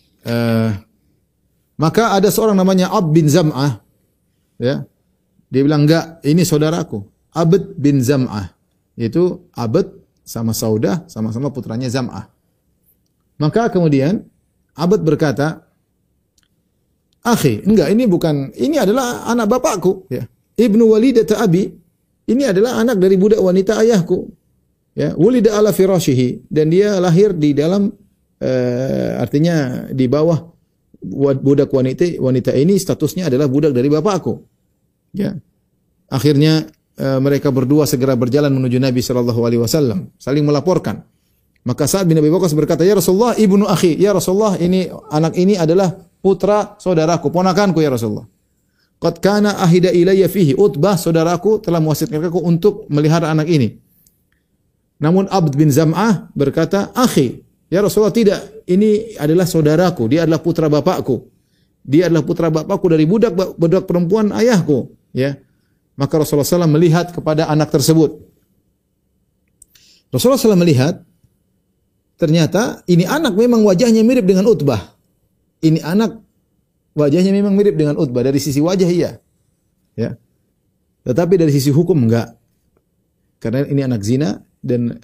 Maka ada seorang namanya Abd bin Zam'ah, ya. Dia bilang, enggak, ini saudaraku, Abd bin Zam'ah. Yaitu Abd sama Saudah, sama-sama putranya Zam'ah. Maka kemudian Abd berkata, akhi, enggak, ini adalah anak bapakku, ya. Ibnu walidata abi, ini adalah anak dari budak wanita ayahku. Ya, wulida ala firashihi, dan dia lahir di dalam artinya di bawah budak wanita ini statusnya adalah budak dari bapakku. Ya. Akhirnya mereka berdua segera berjalan menuju Nabi sallallahu alaihi wasallam, saling melaporkan. Maka Sa'ad bin Abi Waqqas berkata, "Ya Rasulullah, ibnu akhi, ya Rasulullah, ini anak ini adalah putra saudaraku, ponakanku ya Rasulullah. Qad kana ahida ilayya fihi, Utbah saudaraku telah mewasiatkan aku untuk melihara anak ini." Namun Abd bin Zam'ah berkata, "Akhi, ya Rasulullah, tidak, ini adalah saudaraku, dia adalah putra bapakku. Dia adalah putra bapakku dari budak perempuan ayahku." Ya. Maka Rasulullah SAW melihat kepada anak tersebut. Rasulullah SAW melihat, ternyata ini anak memang wajahnya mirip dengan Utbah. Ini anak wajahnya memang mirip dengan Utbah, dari sisi wajah iya. Ya. Tetapi dari sisi hukum enggak. Karena ini anak zina dan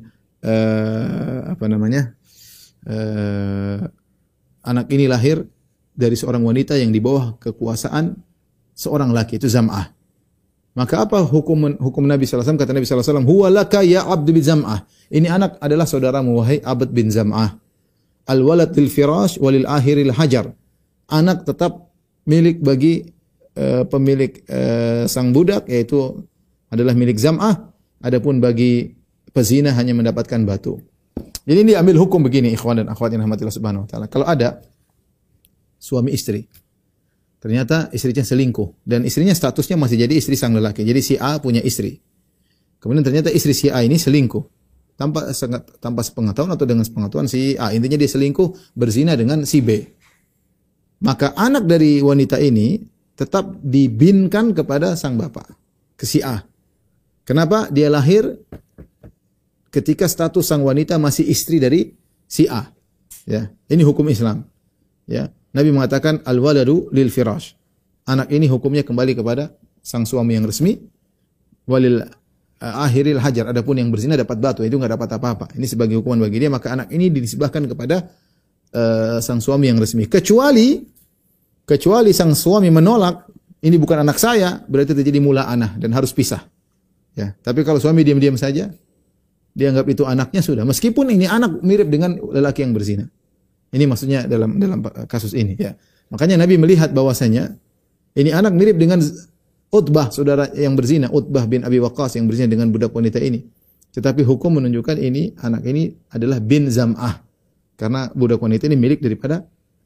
anak ini lahir dari seorang wanita yang di bawah kekuasaan seorang laki, itu Zam'ah. Maka apa hukum Nabi sallallahu alaihi wasallam? Kata Nabi sallallahu alaihi wasallam, "Huwa laka ya Abd bin Zam'ah." Ini anak adalah saudaramu wahai Abd bin Zam'ah. Al-walad lil firash walil ahiril hajar. Anak tetap milik bagi pemilik sang budak, yaitu adalah milik Zam'ah. Adapun bagi pezina hanya mendapatkan batu. Jadi ini diambil hukum begini, ikhwan dan akhwat yang rahmatillah subhanahu wa ta'ala. Kalau ada suami istri, ternyata istrinya selingkuh, dan istrinya statusnya masih jadi istri sang lelaki. Jadi si A punya istri. Kemudian ternyata istri si A ini selingkuh. Tanpa sepengetahuan atau dengan sepengetahuan si A. Intinya dia selingkuh, berzina dengan si B. Maka anak dari wanita ini tetap dibinkan kepada sang bapak, ke si A. Kenapa? Dia lahir ketika status sang wanita masih istri dari si A. Ya, ini hukum Islam. Ya, Nabi mengatakan al-waladu lil firash. Anak ini hukumnya kembali kepada sang suami yang resmi. Walil akhiril hajar. Adapun yang berzina dapat batu, itu enggak dapat apa-apa. Ini sebagai hukuman bagi dia, maka anak ini dinisbahkan kepada sang suami yang resmi. Kecuali sang suami menolak, ini bukan anak saya, berarti terjadi mula'anah dan harus pisah. Ya, tapi kalau suami diam-diam saja, dianggap itu anaknya sudah. Meskipun ini anak mirip dengan lelaki yang berzina. Ini maksudnya dalam kasus ini. Ya. Makanya Nabi melihat bahwasanya ini anak mirip dengan Utbah, saudara yang berzina, Utbah bin Abi Waqqas yang berzina dengan budak wanita ini. Tetapi hukum menunjukkan ini anak ini adalah bin Zam'ah, karena budak wanita ini milik daripada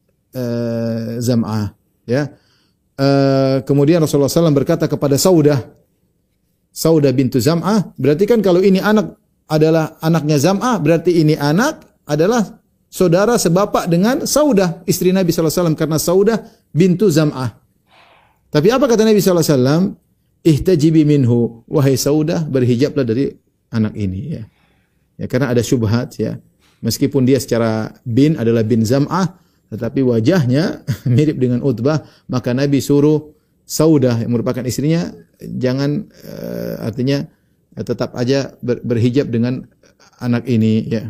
Zam'ah. Ya. Kemudian Rasulullah SAW berkata kepada Saudah bintu Zam'ah, berarti kan kalau ini anak adalah anaknya Zam'ah, berarti ini anak adalah saudara sebapak dengan Saudah, istri Nabi SAW, karena Saudah bintu Zam'ah. Tapi apa kata Nabi SAW? Ihtajibi minhu, wahai Saudah, berhijablah dari anak ini. Ya, karena ada syubhat, ya. Meskipun dia secara bin adalah bin Zam'ah, tetapi wajahnya mirip dengan Utbah, maka Nabi suruh Saudah yang merupakan istrinya jangan artinya tetap aja berhijab dengan anak ini, ya.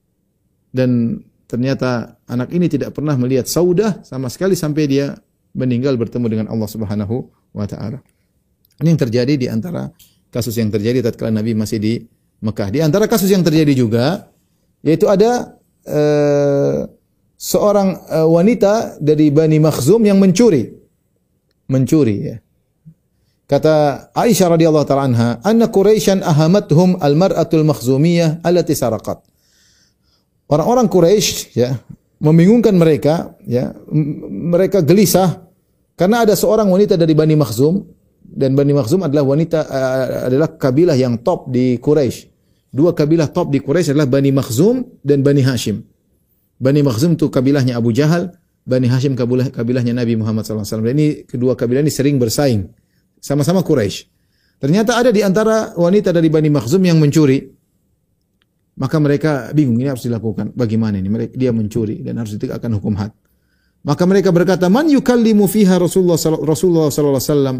Dan ternyata anak ini tidak pernah melihat Saudah sama sekali sampai dia meninggal bertemu dengan Allah Subhanahu wa taala. Ini yang terjadi di antara kasus yang terjadi tatkala Nabi masih di Mekah. Di antara kasus yang terjadi juga yaitu ada seorang wanita dari Bani Makhzum yang mencuri, ya. Kata Aisyah radhiyallahu taala anha, "Anna Quraisyan ahamathum al-mar'atul makhzumiyah allati saraqat." Orang-orang Quraisy ya, membingungkan mereka ya, mereka gelisah karena ada seorang wanita dari Bani Makhzum, dan Bani Makhzum adalah adalah kabilah yang top di Quraisy. Dua kabilah top di Quraisy adalah Bani Makhzum dan Bani Hashim. Bani Makhzum itu kabilahnya Abu Jahal, Bani Hashim kabilahnya Nabi Muhammad SAW. Dan ini kedua kabilah ini sering bersaing. Sama-sama Quraisy. Ternyata ada di antara wanita dari Bani Makhzum yang mencuri. Maka mereka bingung, ini harus dilakukan. Bagaimana ini? Dia mencuri dan harus ditegakkan hukum had. Maka mereka berkata, "Man yukallimu fiha Rasulullah sallallahu alaihi wasallam?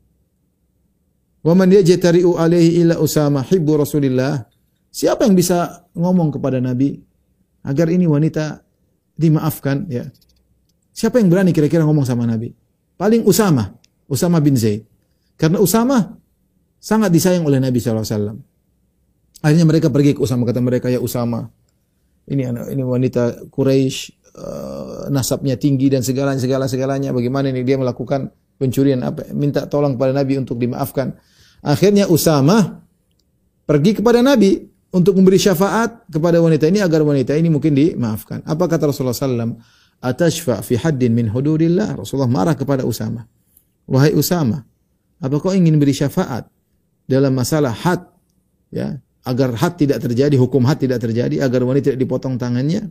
Wa man yajtari'u alaihi illa Usama hibbu Rasulillah?" Siapa yang bisa ngomong kepada Nabi agar ini wanita dimaafkan ya? Siapa yang berani kira-kira ngomong sama Nabi? Paling Usama bin Zaid. Karena Usama sangat disayang oleh Nabi SAW. Akhirnya mereka pergi ke Usama, kata mereka, "Ya Usama, ini wanita Quraisy, nasabnya tinggi dan segalanya. Bagaimana ini dia melakukan pencurian apa? Minta tolong kepada Nabi untuk dimaafkan." Akhirnya Usama pergi kepada Nabi untuk memberi syafaat kepada wanita ini agar wanita ini mungkin dimaafkan. Apa kata Rasulullah SAW? "Atashfa' fi haddin min hududillah." Rasulullah marah kepada Usama. "Wahai Usama, apa kau ingin beri syafaat dalam masalah had, ya, agar had tidak terjadi, hukum had tidak terjadi, agar wanita tidak dipotong tangannya?"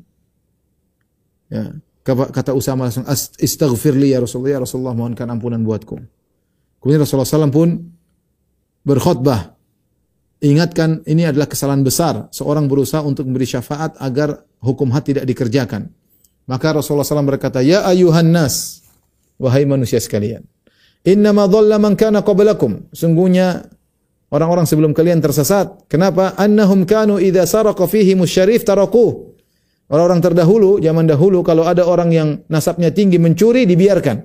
Ya, kata Usama langsung, "Istaghfirli ya Rasulullah, ya Rasulullah, mohonkan ampunan buatku." Kemudian Rasulullah SAW pun berkhutbah, ingatkan ini adalah kesalahan besar seorang berusaha untuk memberi syafaat agar hukum had tidak dikerjakan. Maka Rasulullah SAW berkata, "Ya ayuhan nas, wahai manusia sekalian, innama dhalla man kana qablakum." Sungguhnya orang-orang sebelum kalian tersesat. Kenapa? Annahum kanu idza saraqa fihimus syarif tarakuh. Orang-orang terdahulu, zaman dahulu, kalau ada orang yang nasabnya tinggi mencuri, dibiarkan.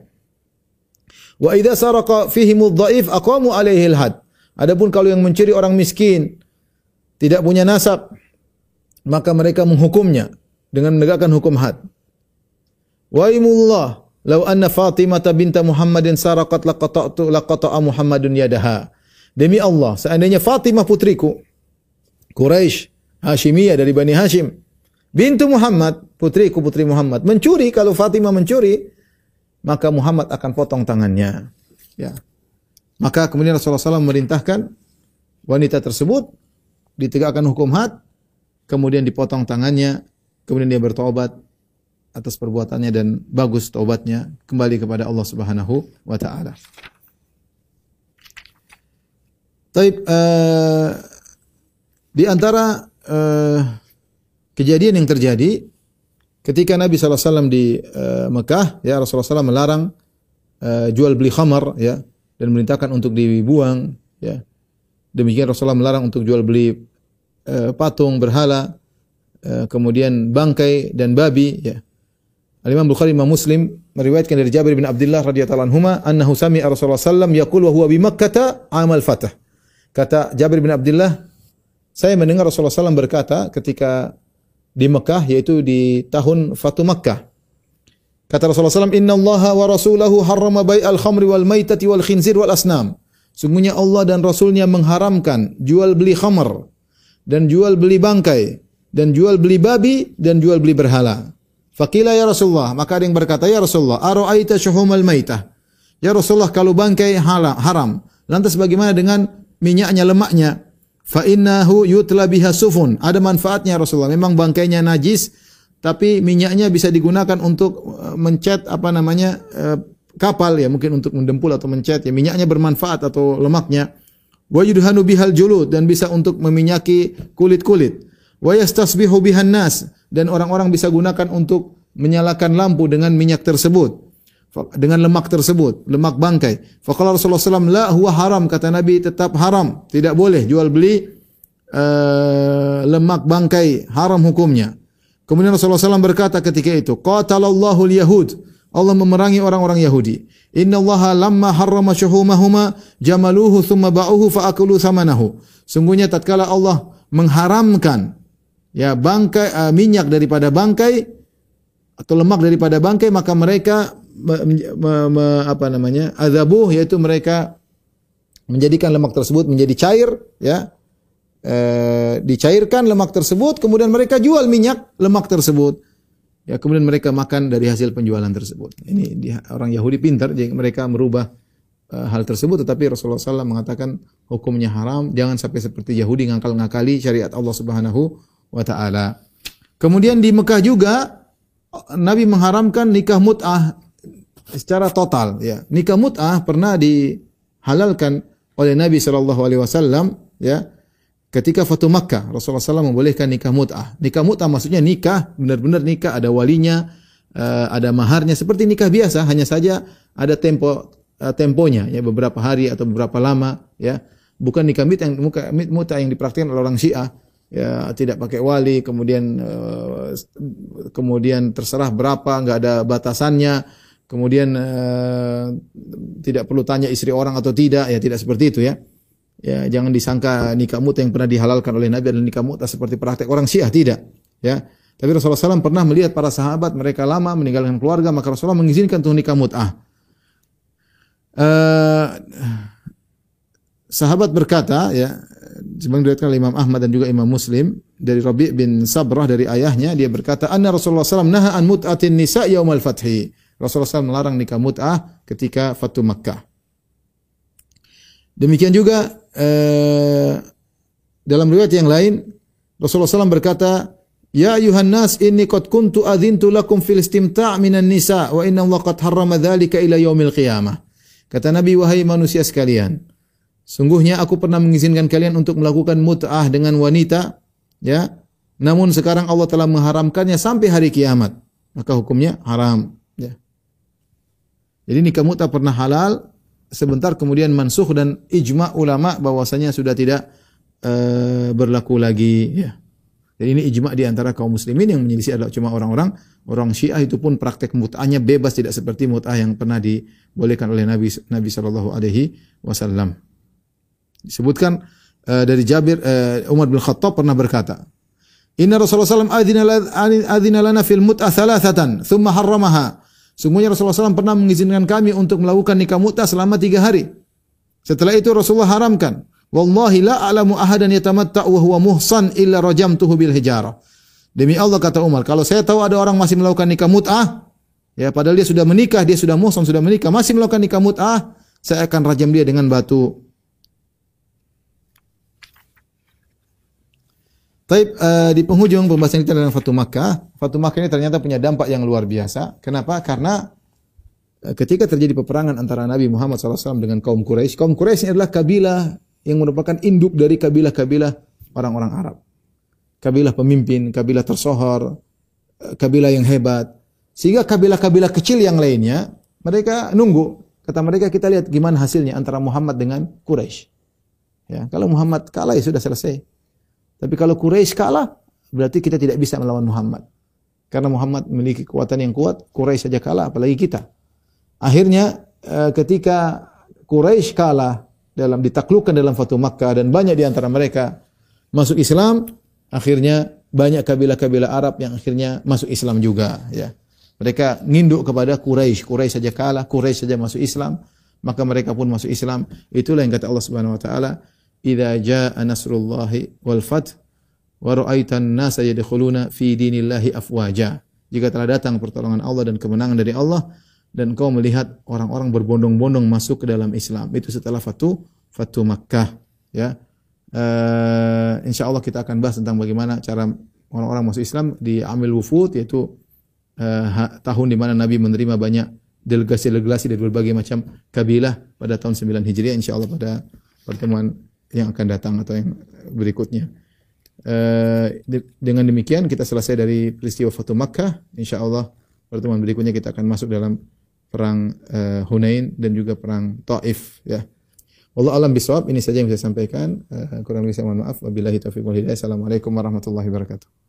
Wa idza saraqa fihimudh dhaif aqamu alaihi al-had. Adapun kalau yang mencuri orang miskin, tidak punya nasab, maka mereka menghukumnya dengan menegakkan hukum had. Wa imullah law anna Fatimah binta Muhammadin saraqat laqata'a Muhammadun yadaha. Demi Allah, seandainya Fatimah putriku, Quraisy, Hashimiyah dari Bani Hashim, bintu Muhammad, putriku, putri Muhammad, mencuri, kalau Fatimah mencuri, maka Muhammad akan potong tangannya. Ya. Maka kemudian Rasulullah SAW memerintahkan wanita tersebut ditegakkan hukum had, kemudian dipotong tangannya, kemudian dia bertobat atas perbuatannya dan bagus taubatnya, kembali kepada Allah Subhanahu wa taala. Taib, di antara kejadian yang terjadi ketika Nabi SAW di Mekah, ya, Rasulullah SAW melarang jual beli khamar, ya, dan memerintahkan untuk dibuang, ya. Demikian Rasulullah melarang untuk jual beli patung, berhala, kemudian bangkai dan babi, ya. Al-Imam Bukhari, Imam Muslim meriwayatkan dari Jabir bin Abdullah radhiyallahu anhuma annahu sami'a Rasulullah sallallahu alaihi wasallam yaqul wa huwa bi Makkah amal fath. Kata Jabir bin Abdullah, saya mendengar Rasulullah SAW berkata ketika di Mekah, yaitu di tahun Fatu Makkah. Kata Rasulullah SAW, "Inna Allaha wa Rasulahu harrama bai'al khamri wal maitati wal khinzir wal asnam." Sungguhnya Allah dan Rasulnya mengharamkan jual beli khamr dan jual beli bangkai dan jual beli babi dan jual beli berhala. Faqila ya Rasulullah, maka ada yang berkata, "Ya Rasulullah, ara'aita syuhumal maitah?" Ya Rasulullah, kalau bangkai haram, lantas bagaimana dengan minyaknya, lemaknya? Fa innahu yutla biha sufun. Ada manfaatnya Rasulullah. Memang bangkainya najis, tapi minyaknya bisa digunakan untuk mencat kapal, ya, mungkin untuk mendempul atau mencat, ya, minyaknya bermanfaat atau lemaknya. Wa yudhanu bihal julud, dan bisa untuk meminyaki kulit-kulit. Wa yastasbihu bihan nas, dan orang-orang bisa gunakan untuk menyalakan lampu dengan minyak tersebut, dengan lemak tersebut, lemak bangkai. Faqala Rasulullah SAW, "La huwa haram." Kata Nabi, tetap haram, tidak boleh jual beli lemak bangkai, haram hukumnya. Kemudian Rasulullah SAW berkata ketika itu, "Qatalallahu al-yahud." Allah memerangi orang-orang Yahudi. "Inna Allaha lamma harrama syuhumahuma jamaluhu thumma ba'uhu fa'akulu thamanahu." Sungguhnya tatkala Allah mengharamkan, ya, bangkai, minyak daripada bangkai atau lemak daripada bangkai, maka mereka azabuh, yaitu mereka menjadikan lemak tersebut menjadi cair, ya. Dicairkan lemak tersebut, kemudian mereka jual minyak lemak tersebut. Ya, kemudian mereka makan dari hasil penjualan tersebut. Ini orang Yahudi pintar, jadi mereka merubah hal tersebut, tetapi Rasulullah SAW mengatakan hukumnya haram, jangan sampai seperti Yahudi ngakal-ngakali syariat Allah Subhanahu wa taala. Kemudian di Mekah juga Nabi mengharamkan nikah mut'ah secara total, ya. Nikah mut'ah pernah dihalalkan oleh Nabi SAW, ya. Ketika Fatu Makkah, Rasulullah SAW membolehkan nikah mut'ah. Nikah mut'ah maksudnya nikah, benar-benar nikah, ada walinya, ada maharnya, seperti nikah biasa, hanya saja ada temponya, ya, beberapa hari atau beberapa lama, ya. Bukan nikah mut'ah yang dipraktikkan oleh orang Syiah, ya, tidak pakai wali, kemudian terserah berapa, enggak ada batasannya, kemudian tidak perlu tanya istri orang atau tidak, ya, tidak seperti itu, ya. Ya, jangan disangka nikah mut'ah yang pernah dihalalkan oleh Nabi adalah nikah mut'ah seperti praktek orang Syiah, tidak, ya. Tapi Rasulullah SAW pernah melihat para sahabat mereka lama meninggalkan keluarga, maka Rasulullah mengizinkan untuk nikah mut'ah. Sahabat berkata, ya, sebagaimana diriwayatkan oleh Imam Ahmad dan juga Imam Muslim dari Rabi' bin Sabrah dari ayahnya, dia berkata, anna Rasulullah SAW naha an mut'atin nisa yaumal fathi. Rasulullah SAW melarang nikah mut'ah ketika Fatu Makkah. Demikian juga dalam riwayat yang lain Rasulullah SAW berkata, ya ayuhan nas inni qad kuntu adhintu lakum fil istimta' minan nisa wa inna Allah qad harrama dzalika ila yaumil qiyamah. Kata Nabi, wahai manusia sekalian, sungguhnya aku pernah mengizinkan kalian untuk melakukan mut'ah dengan wanita, ya. Namun sekarang Allah telah mengharamkannya sampai hari kiamat. Maka hukumnya haram, ya. Jadi nikah mut'ah pernah halal, sebentar kemudian mansukh dan ijma' ulama bahwasanya sudah tidak berlaku lagi, ya. Jadi ini ijma' di antara kaum muslimin, yang menyelisih adalah cuma orang Syiah, itu pun praktek mut'ahnya bebas, tidak seperti mut'ah yang pernah dibolehkan oleh Nabi sallallahu alaihi wasallam. Disebutkan dari Jabir, Umar bin Khattab pernah berkata, inna Rasulullah SAW adzina lana fil mut'ah thalathatan thumma harramaha. Sungguhnya Rasulullah SAW pernah mengizinkan kami untuk melakukan nikah mut'ah selama 3 hari. Setelah itu Rasulullah haramkan. Wallahi la a'lamu ahadan yatamatta'u wa huwa muhsan illa rajamtuhu bil hijarah. Demi Allah, kata Umar, kalau saya tahu ada orang masih melakukan nikah mut'ah, ya, padahal dia sudah menikah, dia sudah muhsan, sudah menikah, masih melakukan nikah mut'ah, saya akan rajam dia dengan batu. Taib, di penghujung pembahasan kita tentang Fatu Makkah ini ternyata punya dampak yang luar biasa. Kenapa? Karena ketika terjadi peperangan antara Nabi Muhammad SAW dengan kaum Quraisy ini adalah kabilah yang merupakan induk dari kabilah-kabilah orang-orang Arab. Kabilah pemimpin, kabilah tersohor, kabilah yang hebat. Sehingga kabilah-kabilah kecil yang lainnya, mereka nunggu. Kata mereka, kita lihat gimana hasilnya antara Muhammad dengan Quraisy. Ya, kalau Muhammad kalah ya sudah selesai. Tapi kalau Quraisy kalah, berarti kita tidak bisa melawan Muhammad. Karena Muhammad memiliki kekuatan yang kuat, Quraisy saja kalah, apalagi kita. Akhirnya ketika Quraisy kalah, ditaklukkan dalam Fatu Makkah, dan banyak di antara mereka masuk Islam, akhirnya banyak kabilah-kabilah Arab yang akhirnya masuk Islam juga, ya. Mereka nginduk kepada Quraisy saja kalah, Quraisy saja masuk Islam, maka mereka pun masuk Islam. Itulah yang kata Allah Subhanahu wa taala, idza jaa nasrullahi wal fath wa ra'aitan nasa yadkhuluna fi dinillahi afwaja. Jika telah datang pertolongan Allah dan kemenangan dari Allah, dan kau melihat orang-orang berbondong-bondong masuk ke dalam Islam. Itu setelah Fatu Makkah, ya. Insyaallah kita akan bahas tentang bagaimana cara orang-orang masuk Islam di Amil Wufud, yaitu tahun di mana Nabi menerima banyak delegasi-delegasi dari berbagai macam kabilah pada tahun 9 Hijriah, insyaallah pada pertemuan yang akan datang atau yang berikutnya. Dengan demikian kita selesai dari peristiwa Fatu Makkah. Insyaallah pertemuan berikutnya kita akan masuk dalam perang Hunain dan juga perang Taif, ya. Wallahu a'lam bishawab. Ini saja yang saya sampaikan. Kurang lebih saya mohon maaf. Wabillahi taufiq wal hidayah. Assalamualaikum warahmatullahi wabarakatuh.